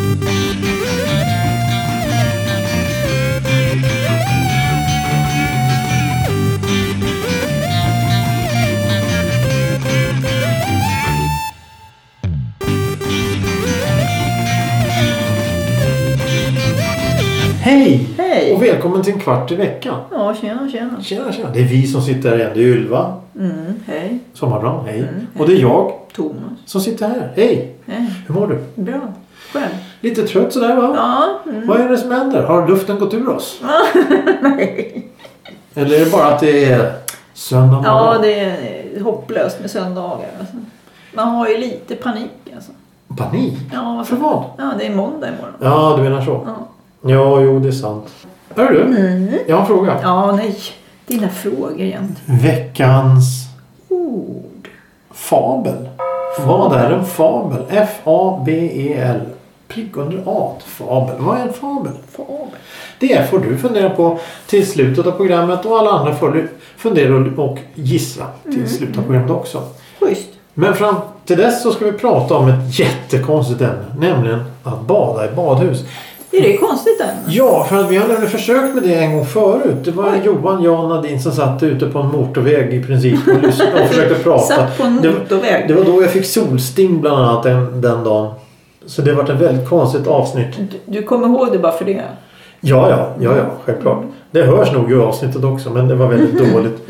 Hej! Hej! Och välkommen till en kvart i veckan. Ja, tjena. Tjena. Det är vi som sitter här igen. Det är Ylva. Hej. Sommarbran, hej. Och det är jag. Thomas. Som sitter här. Hej! Hur mår du? Bra. Själv? Lite trött sådär va? Ja. Vad är det som händer? Har luften gått ur oss? Nej. Eller är det bara att det är söndag morgon? Ja, det är hopplöst med söndagar. Alltså. Man har ju lite panik alltså. Panik? Ja, för vad? Ja, det är måndag imorgon. Ja, du menar så. Ja. Ja, jo det är sant. Hör du? Jag har en fråga. Ja, nej. Dina frågor egentligen. Veckans ord. Fabel. Vad är en fabel? F-A-B-E-L. Prick under A. Fabel. Vad är en fabel? Det får du fundera på till slutet av programmet och alla andra får fundera och gissa till slutet av programmet också. Schysst. Men fram till dess så ska vi prata om ett jättekonstigt ämne. Nämligen att bada i badhus. Är det konstigt ämne? Ja, för att vi har nämligen försökt med det en gång förut. Det var Johan, jag och Nadine som satt ute på en motorväg i princip och försökte prata. Satt på en motorväg? Det var då jag fick solsting bland annat den dagen. Så det var ett väldigt konstigt avsnitt. Du kommer ihåg det bara för det? Ja, självklart. Det hörs nog i avsnittet också, men det var väldigt dåligt.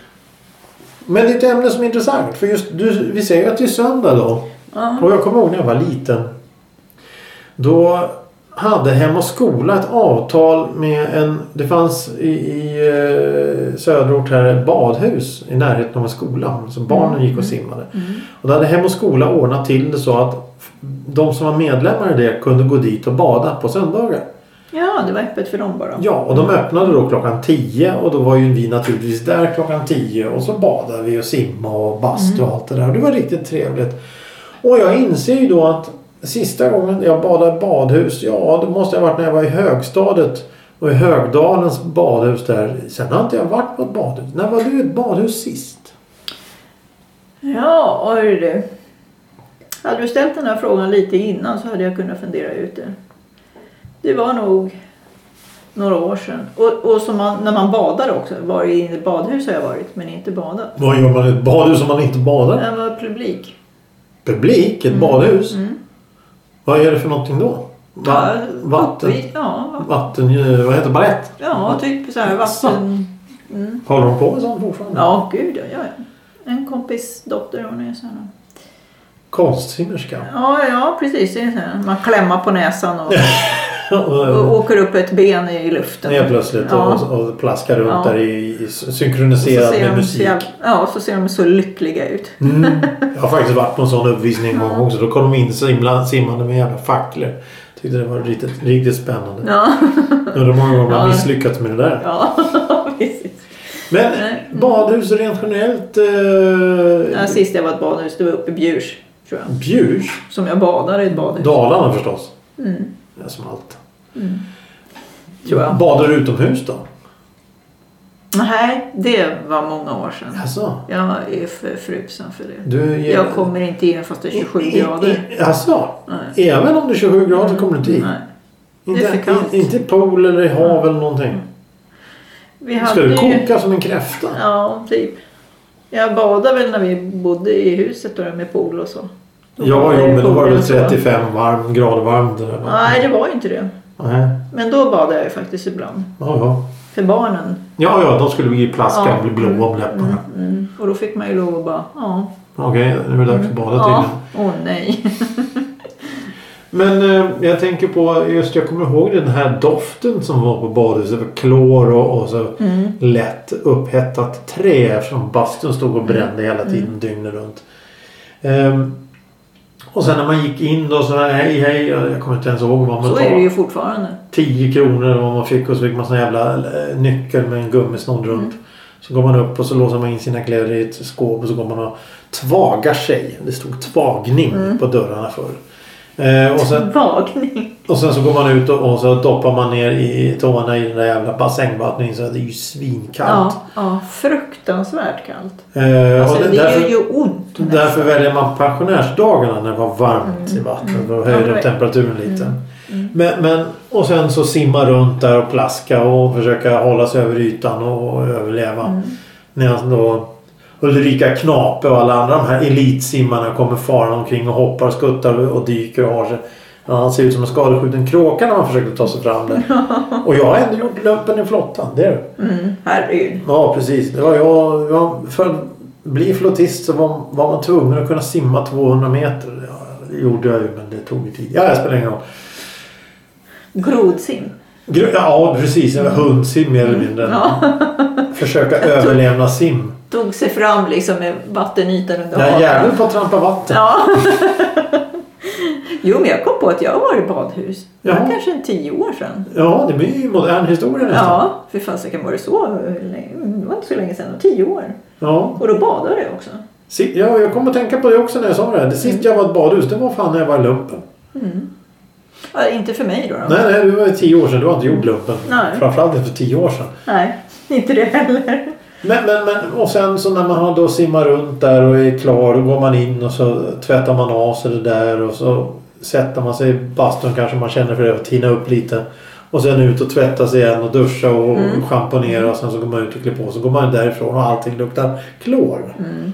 Men det är ett ämne som är intressant. För just vi säger att det är söndag då. Och jag kommer ihåg när jag var liten. Då hade Hem och skola ett avtal med det fanns i söderort här ett badhus i närheten av en skola. Så barnen gick och simmade. Och då hade Hem och skola ordnat till det så att de som var medlemmar i det kunde gå dit och bada på söndagar. Ja, det var öppet för dem bara. Ja, och de öppnade då klockan 10 och då var ju vi naturligtvis där klockan 10 och så badade vi och simma och bastu och allt det där. Och det var riktigt trevligt. Och jag inser ju då att sista gången jag badade i badhus, ja det måste ha varit när jag var i högstadiet och i Högdalens badhus där. Sen har inte jag varit på ett badhus. När var du i ett badhus sist? Ja, hör du. Hade du ställt den här frågan lite innan så hade jag kunnat fundera ut det. Det var nog några år sedan. Och som när man badar också. Var i ett badhus har jag varit, men inte badat. Vad gör man i ett badhus om man inte badar? Det var publik. Publik? Ett badhus? Vad är det för någonting då? Vatten? Vatten, vad heter barett? Ja, typ så här vatten. Håller de på med sånt fortfarande? Ja, gud ja. En kompis dotter, hon är så här. Konstsimmerska? Ja, precis. Det är så här. Man klämmer på näsan och åker upp ett ben i luften. Ja, plötsligt och plaskar runt där i synkroniserad med musik. Så ser de så lyckliga ut. Jag har faktiskt varit på en sån uppvisning någon gång. Så då kom de in simmande med jävla facklor. Tyckte det var riktigt spännande. Ja. Undrar många gånger man misslyckats med det där. Ja, precis. Men badhus rent generellt... Sist jag var ett badhus, det var uppe i Bjurs. Tror jag. Bjurs? Som jag badade i ett badhus. Dalarna förstås. Det är som allt. Tror jag. Badar du utomhus då? Nej, det var många år sedan. Alltså. Jag är för frusen för det. Jag kommer inte in fast det är 27 grader. Alltså? Nej. Även om det är 27 grader kommer du inte in? Nej. Det är för kallt. Inte i pool eller i hav eller någonting? Ska du koka som en kräfta? Ja, typ. Jag badade väl när vi bodde i huset då med pool och så. Men då var det väl 35 grader varmt. Nej, det var inte det. Nej. Men då badade jag ju faktiskt ibland. Ja. För barnen. Ja, de skulle bli plaska och bli blå om läpparna. Och då fick man ju lov att bara, Okej, nu är det dags att bada tydligen. Nej. Men jag tänker på, jag kommer ihåg den här doften som var på badhuset. Det var klor och så lätt upphettat trä eftersom bastun stod och brände hela tiden dygnet runt. Och sen när man gick in då så här, hej, jag kommer inte ens ihåg vad man så är det ju fortfarande. 10 kronor eller vad man fick och så fick man sån jävla nyckel med en gummisnodd runt. Så går man upp och så låser man in sina kläder i ett skåp och så går man och tvagar sig. Det stod tvagning på dörrarna förr. Och sen så går man ut och så doppar man ner i tårna i den där jävla bassängvattningen så det är ju svinkallt. Ja, fruktansvärt kallt. Det gör ju ont. Därför väljer man pensionärsdagarna när det var varmt i vattnet och höjde temperaturen lite. Men, och sen så simma runt där och plaska och försöka hålla sig över ytan och överleva. När då Ulrika Knape och alla andra de här elitsimmarna kommer farande omkring och hoppar, skuttar och dyker och har sig. Ja, han ser ut som en skadeskjuten kråka när man försöker ta sig fram där. Och jag har ändå gjort lumpen i flottan, det är det. Herregud. Ja, precis. Det var jag för att bli flottist så var man tvungen att kunna simma 200 meter. Ja, det gjorde jag ju, men det tog ju tid. Ja, jag spelar ingen roll. Grodsim. Ja, precis. Hundsim mer eller mindre. Försöka överlevna sim. Tog sig fram liksom med vattenytan under hakan. Jag är jävligt på att trampa vatten. Ja. Jo, men jag kom på att jag var i badhus. Det var kanske 10 år sedan. Ja, det blir ju modern historia nästan. Ja, för fasiken var det så. Det var inte så länge sedan, 10 år. Ja. Och då badade jag också. Ja, jag kommer att tänka på det också när jag sa det här. Det sist jag var i ett badhus, det var fan när jag var i lumpen. Ja, inte för mig då. Nej, det var 10 år sedan. Du har inte gjort lumpen. Nej. Framförallt inte för 10 år sedan. Nej, inte det heller. Men och sen så när man har då simmat runt där och är klar, då går man in och så tvättar man av sig det där och så sätter man sig i bastun kanske man känner för det att tina upp lite. Och sen ut och tvätta sig igen och duscha och schamponera och sen så går man ut och klär på. Så går man därifrån och allting luktar klor.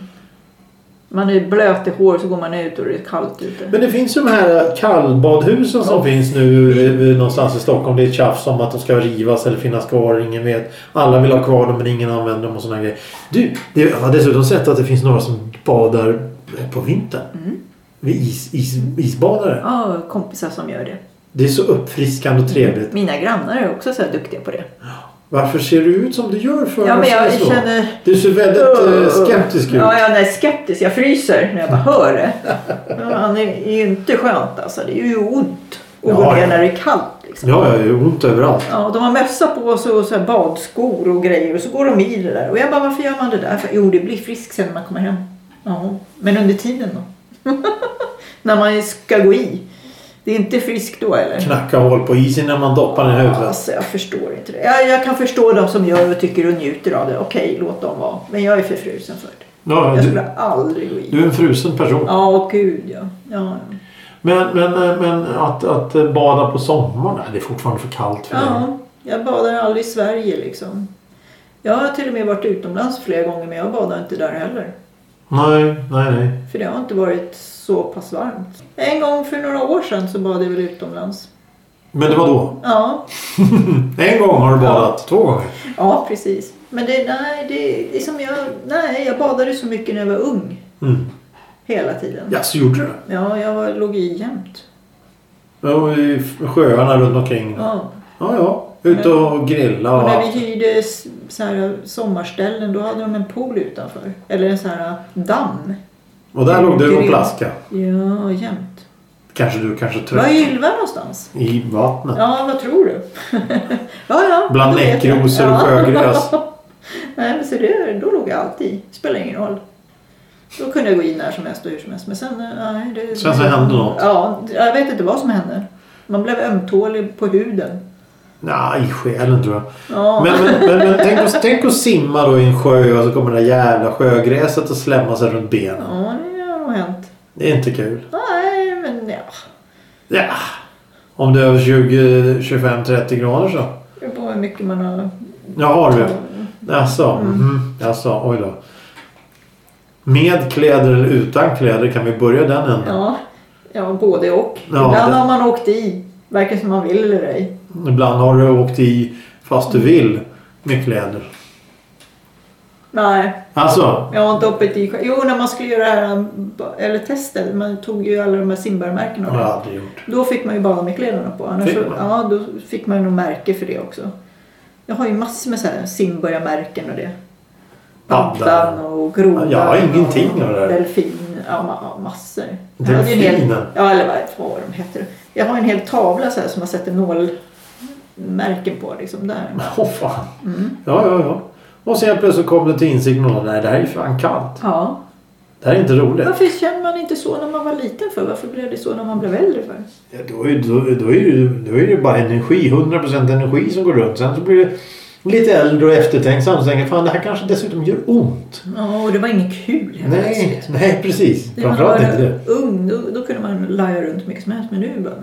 Man är blöt i hår så går man ut och det är kallt ute. Men det finns ju de här kallbadhusen som finns nu någonstans i Stockholm. Det är ett tjafs om att de ska rivas eller finnas kvar. Ingen vet. Alla vill ha kvar dem men ingen använder dem och sådana grejer. Du, jag har dessutom sett att det finns några som badar på vintern. Vid isbadare. Ja, kompisar som gör det. Det är så uppfriskande och trevligt. Mina grannar är också så här duktiga på det. Varför ser du ut som du gör för? Ja, men jag känner... Du ser väldigt skeptisk ut. Ja, jag är skeptisk. Jag fryser när jag bara hör det. Ja, han är ju inte skönt alltså. Det är ju ont. Och gå ner när det är kallt. Liksom. Ja, det är ont överallt. Ja, de har mössa på sig och så här badskor och grejer. Och så går de i det där. Och jag bara, varför gör man det där? För, det blir frisk sen när man kommer hem. Ja, men under tiden då? När man ska gå i. Det är inte friskt då eller? Knacka hål på isen när man doppar den i huvudet. Alltså jag förstår inte det. Jag kan förstå de som gör och tycker och njuter av det. Okej, låt dem vara. Men jag är för frusen för det. Ja, jag skulle aldrig gå i. Du är en frusen person. Ja, gud ja. Men att bada på sommaren, det är fortfarande för kallt för dig. Ja, jag badar aldrig i Sverige liksom. Jag har till och med varit utomlands flera gånger men jag badar inte där heller. Nej. För det har inte varit så pass varmt. En gång för några år sedan så badade jag väl utomlands. Men det var då? Ja. En gång har du badat, 2 gånger? Ja, precis. Men det är som jag badade så mycket när jag var ung. Hela tiden. Ja, så gjorde du? Ja, jag låg i jämt. Ja, i sjöarna runt omkring. Ja. Ute och grilla. Och när vi hyrde så här sommarställen då hade de en pool utanför. Eller en så här damm. Och där låg du och plaska? Ja, jämt. Kanske trött. Var är Ylva någonstans? I vattnet. Ja, vad tror du? ja. Bland näckrosor och sjögräs. Nej, men så då låg jag alltid. Spelar ingen roll. Då kunde jag gå in när som helst och hur som helst. Men sen, sen så hände något? Ja, jag vet inte vad som hände. Man blev ömtålig på huden. Nej, i själen tror jag. Ja. Men tänk att simma då i en sjö och så kommer det där jävla sjögräset och slämma sig runt benen. Ja, det har nog hänt. Det är inte kul. Nej, men ja. Om det är över 20, 25, 30 grader så. Det beror på hur mycket man har... Ja, har du. Jaså, oj då. Med kläder eller utan kläder kan vi börja den änden. Ja, både och. Ibland har man åkt i. Varken som man vill eller ej. Ibland har du åkt i fast du vill med kläder. Nej. Alltså? Jag har inte hoppat i. Jo, när man skulle göra det här eller testet. Man tog ju alla de här simbarmärkena. Det har jag aldrig gjort. Då fick man ju bada med kläderna på. Annars då fick man ju nog märke för det också. Jag har ju massor med så här simbarmärken och det. Pantan och grodan. Jag har ingenting av det där. Delfin. Ja, massor. Delfinen? Ja, eller vad de heter. Jag har en hel tavla så här som jag sätter nålmärken på liksom där. Fan. Ja. Och sen plötsligt kom det till insikten att det här är fan kallt. Ja. Det här är inte roligt. Varför känner man inte så när man var liten för? Varför blev det så när man blev äldre för? Ja, då är det bara energi. 100% energi som går runt. Sen så blir det lite äldre och eftertänksam och tänker fan det här kanske dessutom gör ont. Ja, och det var inget kul. Nej, precis. Framförallt inte det. Ung, då kunde man laja runt mycket som helst. Men nu bara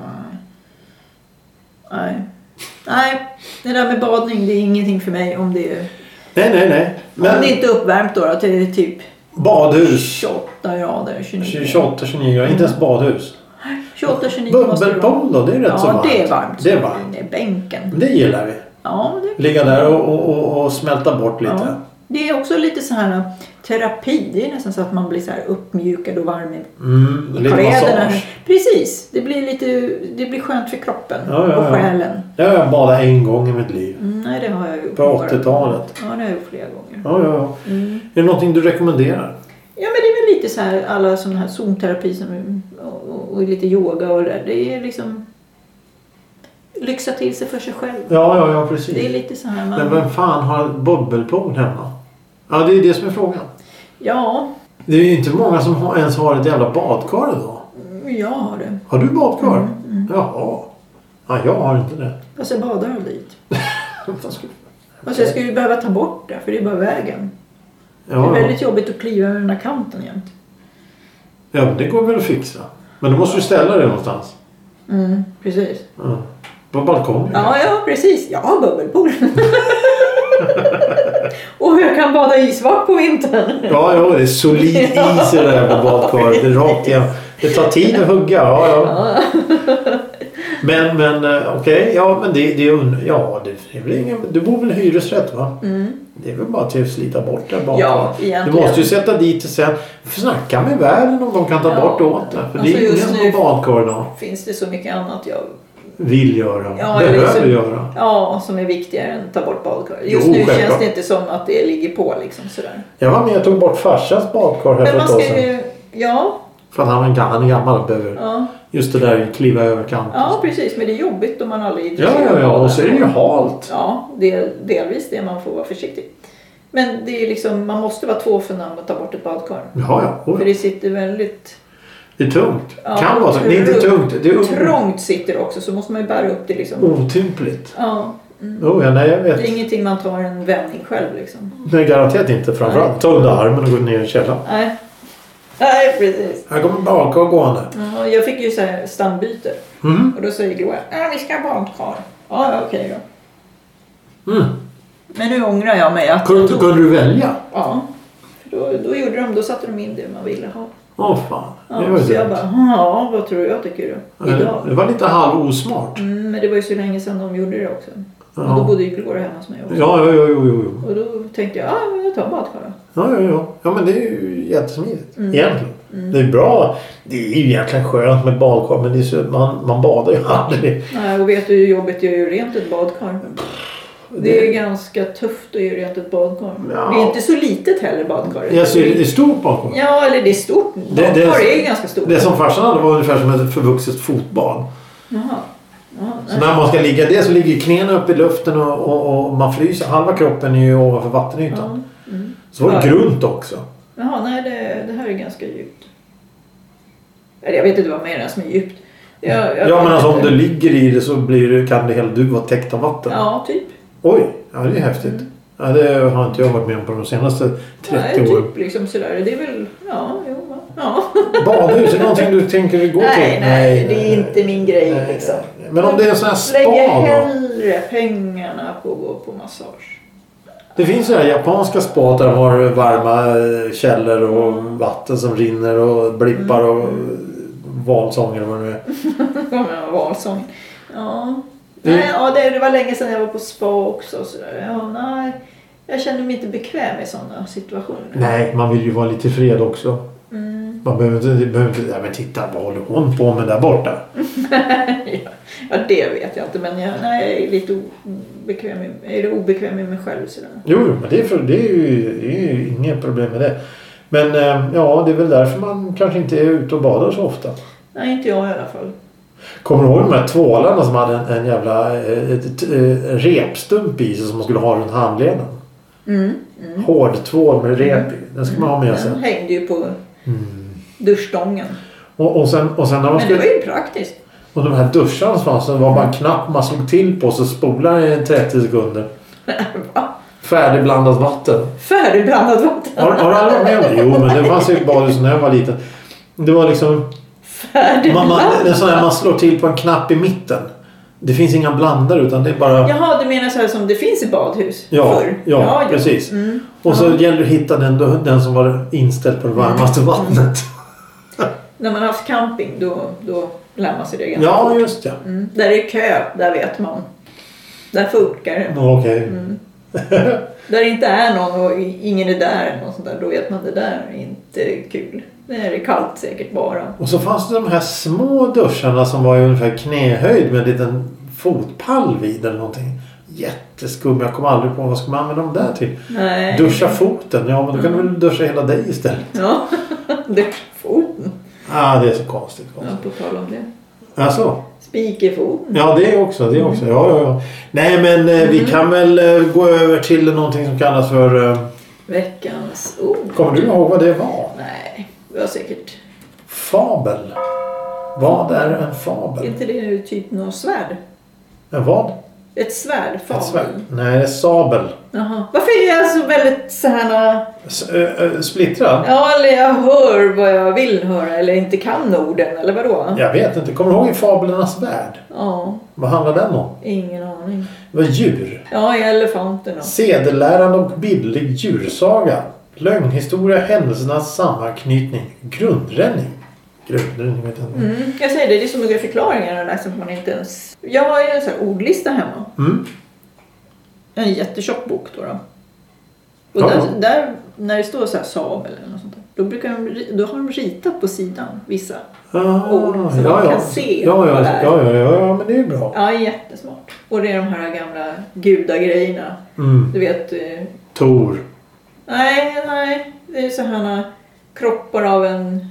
nej, det där med badning det är ingenting för mig om det är... Nej. Men om det är inte uppvärmt då till typ... Badhus. 28 grader, 29. 28-29 grader, inte ens badhus. 28-29 bubbelpool då, det är rätt så varmt. Ja, det är varmt. Det är varmt. Det är bänken. Det gillar vi. Ja, det... Ligga där och smälta bort lite. Ja. Det är också lite så här terapi. Det är nästan så att man blir så här uppmjukad och varm i kläderna. Precis. Det blir skönt för kroppen och själen. Jag har badat en gång i mitt liv. Nej, det har jag gjort. På 80-talet. Ja, det har jag gjort flera gånger. Ja. Är det någonting du rekommenderar? Ja, men det är väl lite så här alla sådana här zonterapi och lite yoga och det är liksom lyxa till sig för sig själv. Ja, precis. Det är lite så här Men vem fan har bubbelpool hemma? Ja, det är det som är frågan. Ja. Det är ju inte många som ens har ett jävla badkar idag. Jag har det. Har du badkar? Jaha. Ja, jag har inte det. Fast jag badar aldrig dit. Jag skulle ju behöva ta bort det, för det är bara vägen. Ja. Det är väldigt jobbigt att kliva över den här kanten jämt. Ja, men det går väl att fixa. Men då måste du ställa det någonstans. Precis. Ja. På balkongen. Ja, precis. Jag har bubbelpool. Och jag kan bada isvart på vintern. Ja, det är solid is i det här med badkaret. Det är rakt igen. Det tar tid att hugga. Ja. Men okej. Ja, men det är väl ingen... Du bor väl hyresrätt, va? Det är väl bara till att slita bort det badkaret. Ja, egentligen. Du måste ju sätta dit det sen. Snacka med världen om de kan ta bort åt det. För alltså det är ingen som har badkar idag. Finns det så mycket annat jag vill göra. Behöver göra. Ja, som är viktigare än att ta bort badkar. Just nu självklart. Känns det inte som att det ligger på liksom sådär. Jag var med och tog bort farsans badkar här för ett tag sedan. Ja. För att han är gammal och behöver just det där kliva över kanten. Ja, precis. Men det är jobbigt om man aldrig... Ja. Och så är det ju halt. Ja, det är delvis det man får vara försiktig. Men det är liksom, man måste vara två för att ta bort ett badkar. Ja. För det sitter väldigt... Det är tungt. Kan vara så. Det är inte tungt. Det är trångt sitter också, så måste man ju bära upp det liksom. Otympligt. Ja. Nej, jag vet. Det är ingenting man tar en vändning själv liksom. Nej, garanterat inte. Framförallt ta under armen och gå ner i källaren. Nej, precis. Här kommer badkar gående. Ja, jag fick ju så här stannbyte. Och då säger Gloa, vi ska ha badkar. Ja, okej då. Men nu ångrar jag mig att... Kunde du välja? Ja. Då gjorde de, satte de in det man ville ha. Fan. Ja, så jag bara, vad tror jag tycker du? Idag. Det var lite halvosmart. Men det var ju så länge sedan de gjorde det också. Och då bodde ju Gloria hemma hos mig också. Ja. Och då tänkte jag, jag tar badkar. Ja, men det är ju jättesmidigt. Egentligen. Det är bra. Det är ju egentligen skönt med badkar, men det är så, man badar ju aldrig. Nej, och vet du hur jobbigt det är ju rent ett badkar? Det är ganska tufft att göra rent ett badkar. Ja. Det är inte så litet heller badkar. Ja, så det är stort badkar. Ja, eller det är stort. Badkar är ganska stort. Det som farsan hade var ungefär som ett förvuxet fotbad. Jaha. Så när man ska ligga det så ligger knäna upp i luften och man fryser. Halva kroppen är ju ovanför vattenytan. Så var det grunt också. Jaha, nej det här är ganska djupt. Jag vet inte vad mer som är djupt. Men alltså om du ligger i det så kan det hela du vara täckt av vatten. Ja, typ. Oj, det är häftigt. Ja, det har inte jag varit med om på de senaste 30 åren. Typ liksom sådär. Det är väl, ja. Badhus är någonting du tänker gå till? Nej, det är inte min grej liksom. Men om det är en sån här spa då? Lägger hellre pengarna på att gå på massage. Det finns ju här japanska spa där de har varma källor och vatten som rinner och blippar och valsånger och vad det nu är. Valsång. Ja. Det var länge sedan jag var på spa också. Och sådär. Jag känner mig inte bekväm i sådana situationer. Nej, man vill ju vara lite fred också. Man behöver inte men titta, vad håller hon på med där borta? Ja, det vet jag inte. Men jag är lite obekväm med mig själv. Sådär. Jo, men det är ju inget problem med det. Men det är väl därför man kanske inte är ute och badar så ofta. Nej, inte jag i alla fall. Kommer du ihåg de här tvålarna som hade en jävla repstump i sig som man skulle ha runt handleden? Hård tvål med rep i. Den ska man ha med sig. Den hängde ju på duschstången. Och sen när man men det var ju praktiskt. Och de här duscharna fanns, det var bara en knapp man slog till på så spolade i 30 sekunder. Va? Färdigblandat vatten. Färdigblandat vatten? Har du aldrig varit med om det? Jo, men det fanns ju ett badhus när jag var liten. Det var liksom... Man slår till på en knapp i mitten. Det finns inga blandare utan det är bara... Jaha, du menar så här som det finns i badhus? Ja, precis. Och så gäller det att hitta den som var inställd på det varmaste vattnet. När man har haft camping då lär man sig det ganska fort. Ja, just det. Där är kö, där vet man. Där funkar det. Okej. Där det inte är någon och ingen är där eller något sånt där, då vet man det där är inte kul. Det är kallt säkert bara. Och så fanns det de här små duscharna som var i ungefär knähöjd med en liten fotpall vid eller någonting. Jätteskum, jag kom aldrig på vad ska man använda dem där till. Nej. Duscha foten, ja men då kan du väl duscha hela dig istället. Ja, duscha foten. Det är så konstigt. Ja, på tal om det. Alltså? Spikerfoten. Ja, det också. Ja. Nej, men vi kan väl gå över till någonting som kallas för... Veckans ord. Kommer du ihåg vad det var? Nej, det var säkert... Fabel. Vad är en fabel? Är inte det typ något svärd? En vad? Ett svärd, fabel. Ett svärd. Nej, det är sabel. Jaha. Varför är jag så väldigt så här... Splittrad? Ja, eller jag hör vad jag vill höra eller inte kan orden, eller vadå? Jag vet inte. Kommer du ihåg i Fablernas värld? Ja. Vad handlar den om? Ingen aning. Det var djur. Ja, elefanterna. Sedelärande och bildlig djursaga. Lögnhistoria, händelsernas sammanknytning. Grundränning vet jag inte. Jag säger det är så mycket förklaringar där som man inte ens... Jag har ju en sån här ordlista hemma. En jättetjock bok då. Och där när det står så här sabel eller något sånt där, då har de ritat på sidan vissa ord så man kan se vad det är. Ja, men det är bra. Ja, jättesmart. Och det är de här gamla gudagrejerna. Du vet... Tor. Nej. Det är så här kroppar av en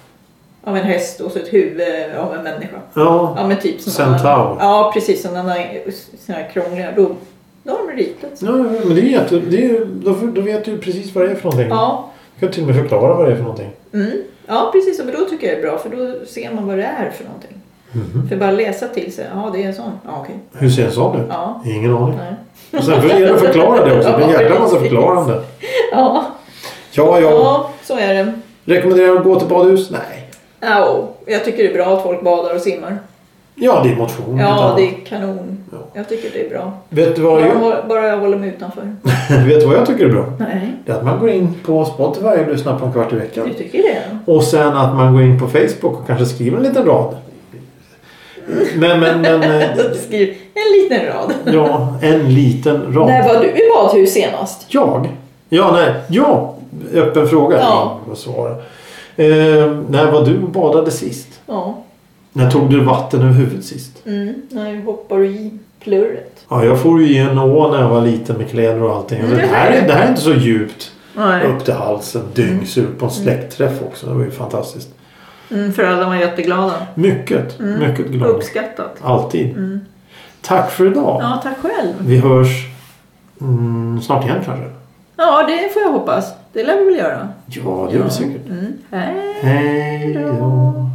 häst och så ett huvud av en människa. Ja, men typ Centaur. Ja, precis. Sådana här krångliga. Då har de ritat. Ja, men det är då vet du precis vad det är för någonting. Ja. Du kan till och med förklara vad det är för någonting. Ja, precis. Men då tycker jag det är bra. För då ser man vad det är för någonting. För bara läsa till sig. Ja, det är en sån. Ja, okej. Hur ser en sån ut? Ja. Ingen aning. Nej. Och sen är det att förklara det också. Det är en jävla massa förklarande. Ja. Ja, så är det. Rekommenderar att gå till badhus? Nej. Ja, jag tycker det är bra att folk badar och simmar. Ja, det är motion. Ja, det är kanon. Ja. Jag tycker det är bra. Vet du vad bara jag håller mig utanför. Vet du vad jag tycker är bra? Nej. Det är att man går in på Spotify och lyssnar på en kvart i veckan. Du tycker det? Och sen att man går in på Facebook och kanske skriver en liten rad. Men skriv en liten rad. Ja, en liten rad. När var du i badhus senast? Jag? Ja, öppen fråga. Ja. Svara. När var du badade sist? Ja. När tog du vatten över huvudet sist? När hoppar du i plurret? Ja, jag får ju i en å när jag var liten med kläder och allting. Det här är inte så djupt. Nej. Upp till halsen, dyngsur på en släktträff också. Det var ju fantastiskt. Föräldrarna var jätteglada. Mycket glada. Uppskattat. Alltid. Tack för idag. Ja, tack själv. Vi hörs snart igen kanske. Ja, det får jag hoppas. Det lär vi väl göra. Ja, det gör vi säkert. Hej. Hej då.